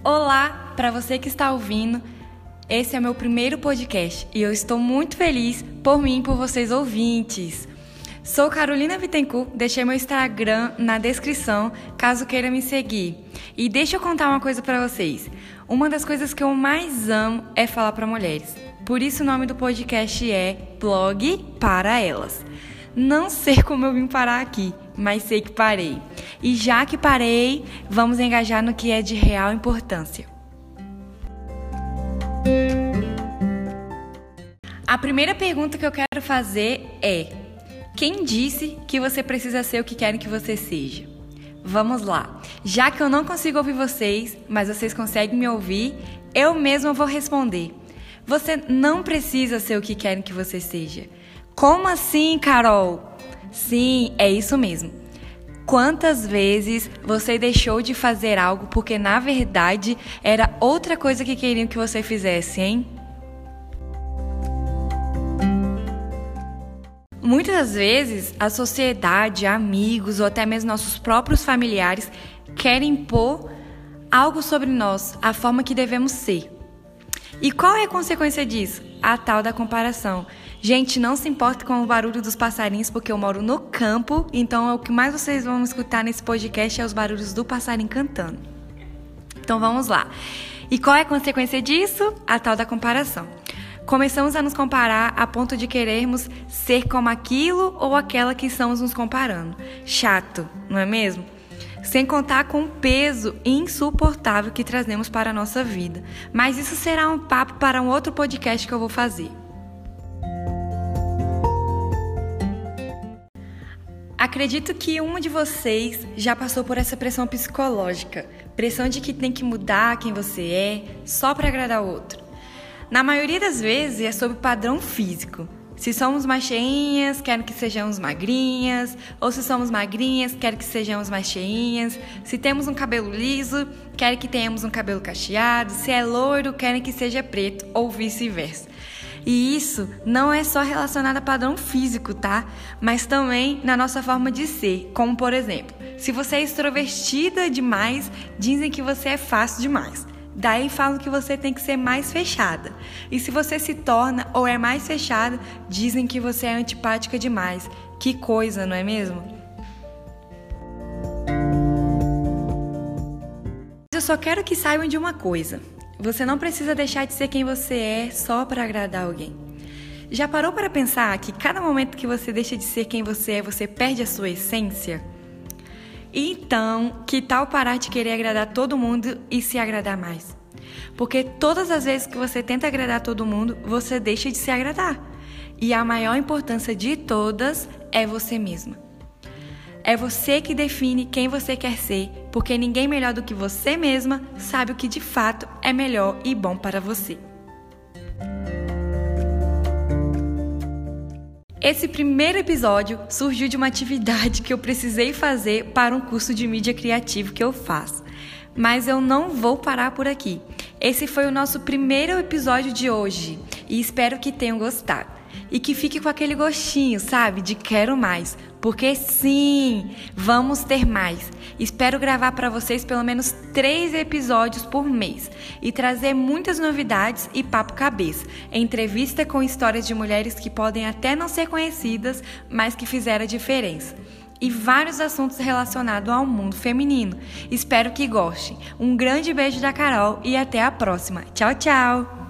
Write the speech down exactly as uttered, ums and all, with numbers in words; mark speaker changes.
Speaker 1: Olá, para você que está ouvindo, esse é meu primeiro podcast e eu estou muito feliz por mim e por vocês ouvintes. Sou Carolina Bittencourt, deixei meu Instagram na descrição, caso queira me seguir. E deixa eu contar uma coisa para vocês. Uma das coisas que eu mais amo é falar para mulheres. Por isso o nome do podcast é Blog para Elas. Não sei como eu vim parar aqui, mas sei que parei. E já que parei, vamos engajar no que é de real importância. A primeira pergunta que eu quero fazer é: quem disse que você precisa ser o que querem que você seja? Vamos lá. Já que eu não consigo ouvir vocês, mas vocês conseguem me ouvir, eu mesma vou responder. Você não precisa ser o que querem que você seja. Como assim, Carol? Sim, é isso mesmo. Quantas vezes você deixou de fazer algo porque, na verdade, era outra coisa que queriam que você fizesse, hein? Muitas vezes, a sociedade, amigos ou até mesmo nossos próprios familiares querem impor algo sobre nós, a forma que devemos ser. E qual é a consequência disso? A tal da comparação. Gente, não se importe com o barulho dos passarinhos, porque eu moro no campo, então o que mais vocês vão escutar nesse podcast é os barulhos do passarinho cantando. Então vamos lá. E qual é a consequência disso? A tal da comparação. Começamos a nos comparar a ponto de querermos ser como aquilo ou aquela que estamos nos comparando. Chato, não é mesmo? Sem contar com o peso insuportável que trazemos para a nossa vida. Mas isso será um papo para um outro podcast que eu vou fazer. Acredito que uma de vocês já passou por essa pressão psicológica. Pressão de que tem que mudar quem você é só para agradar o outro. Na maioria das vezes é sobre padrão físico. Se somos mais cheinhas, quero que sejamos magrinhas. Ou se somos magrinhas, quero que sejamos mais cheinhas. Se temos um cabelo liso, quero que tenhamos um cabelo cacheado. Se é loiro, quero que seja preto, ou vice-versa. E isso não é só relacionado a padrão físico, tá? Mas também na nossa forma de ser. Como, por exemplo, se você é extrovertida demais, dizem que você é fácil demais. Daí falam que você tem que ser mais fechada. E se você se torna ou é mais fechada, dizem que você é antipática demais. Que coisa, não é mesmo? Eu só quero que saibam de uma coisa. Você não precisa deixar de ser quem você é só para agradar alguém. Já parou para pensar que cada momento que você deixa de ser quem você é, você perde a sua essência? Então, que tal parar de querer agradar todo mundo e se agradar mais? Porque todas as vezes que você tenta agradar todo mundo, você deixa de se agradar. E a maior importância de todas é você mesma. É você que define quem você quer ser, porque ninguém melhor do que você mesma sabe o que de fato é melhor e bom para você. Esse primeiro episódio surgiu de uma atividade que eu precisei fazer para um curso de mídia criativa que eu faço. Mas eu não vou parar por aqui. Esse foi o nosso primeiro episódio de hoje e espero que tenham gostado. E que fique com aquele gostinho, sabe, de quero mais. Porque sim, vamos ter mais. Espero gravar para vocês pelo menos três episódios por mês e trazer muitas novidades e papo cabeça. Entrevista com histórias de mulheres que podem até não ser conhecidas, mas que fizeram a diferença. E vários assuntos relacionados ao mundo feminino. Espero que gostem. Um grande beijo da Carol e até a próxima. Tchau, tchau!